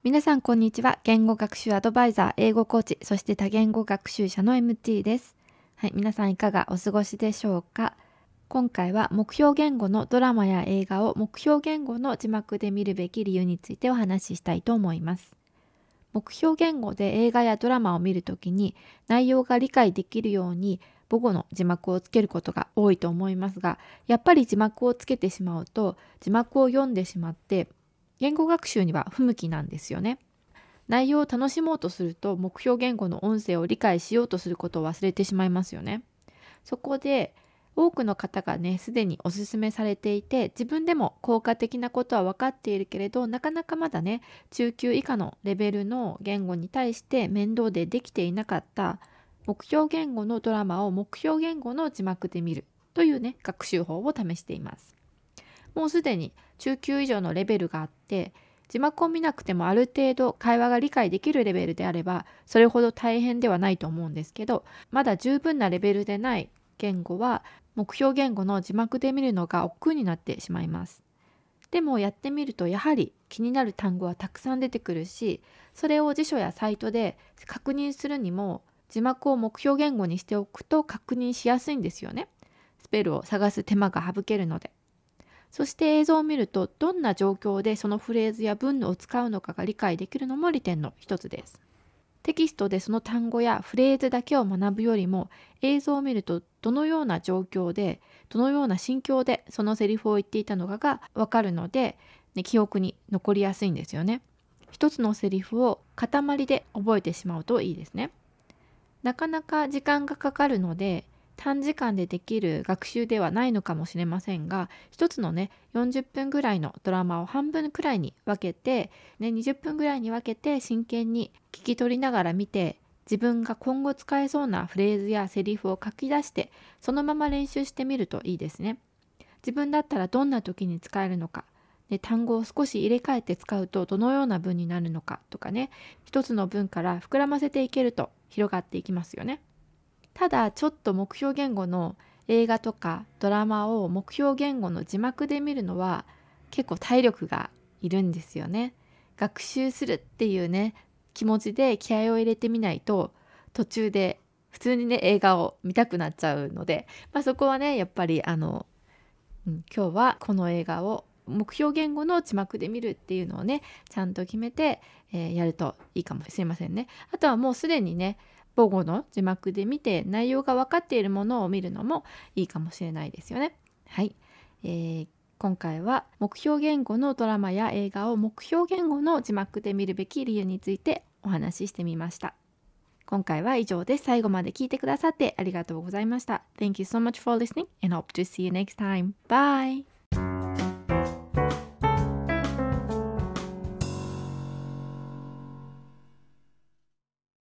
皆さんこんにちは。言語学習アドバイザー、英語コーチ、そして多言語学習者の MT です。はい、皆さんいかがお過ごしでしょうか。今回は目標言語のドラマや映画を目標言語の字幕で見るべき理由についてお話ししたいと思います。目標言語で映画やドラマを見るときに内容が理解できるように母語の字幕をつけることが多いと思いますが、やっぱり字幕をつけてしまうと字幕を読んでしまって言語学習には不向きなんですよね。内容を楽しもうとすると目標言語の音声を理解しようとすることを忘れてしまいますよね。そこで多くの方がねすでにお勧めされていて、自分でも効果的なことは分かっているけれど、なかなかまだね中級以下のレベルの言語に対して面倒でできていなかった目標言語のドラマを目標言語の字幕で見るというね学習法を試しています。もうすでに中級以上のレベルがあって、字幕を見なくてもある程度会話が理解できるレベルであればそれほど大変ではないと思うんですけど、まだ十分なレベルでない言語は目標言語の字幕で見るのが億劫になってしまいます。でもやってみるとやはり気になる単語はたくさん出てくるし、それを辞書やサイトで確認するにも字幕を目標言語にしておくと確認しやすいんですよね。スペルを探す手間が省けるので。そして映像を見るとどんな状況でそのフレーズや文を使うのかが理解できるのも利点の一つです。テキストでその単語やフレーズだけを学ぶよりも、映像を見るとどのような状況でどのような心境でそのセリフを言っていたのかがわかるので、記憶に残りやすいんですよね。一つのセリフを塊で覚えてしまうといいですね。なかなか時間がかかるので短時間でできる学習ではないのかもしれませんが、一つのね40分ぐらいのドラマを半分くらいに分けて、20分ぐらいに分けて真剣に聞き取りながら見て、自分が今後使えそうなフレーズやセリフを書き出してそのまま練習してみるといいですね。自分だったらどんな時に使えるのか、単語を少し入れ替えて使うとどのような文になるのかとかね、一つの文から膨らませていけると広がっていきますよね。ただちょっと目標言語の映画とかドラマを目標言語の字幕で見るのは結構体力がいるんですよね。学習するっていうね気持ちで気合を入れてみないと、途中で普通にね映画を見たくなっちゃうので、そこはねやっぱり今日はこの映画を目標言語の字幕で見るっていうのをねちゃんと決めて、やるといいかもしれませんね。あとはもうすでにね母語の字幕で見て内容が分かっているものを見るのもいいかもしれないですよね。はい、今回は目標言語のドラマや映画を目標言語の字幕で見るべき理由についてお話ししてみました。今回は以上です。最後まで聞いてくださってありがとうございました。Thank you so much for listening and hope to see you next time. Bye!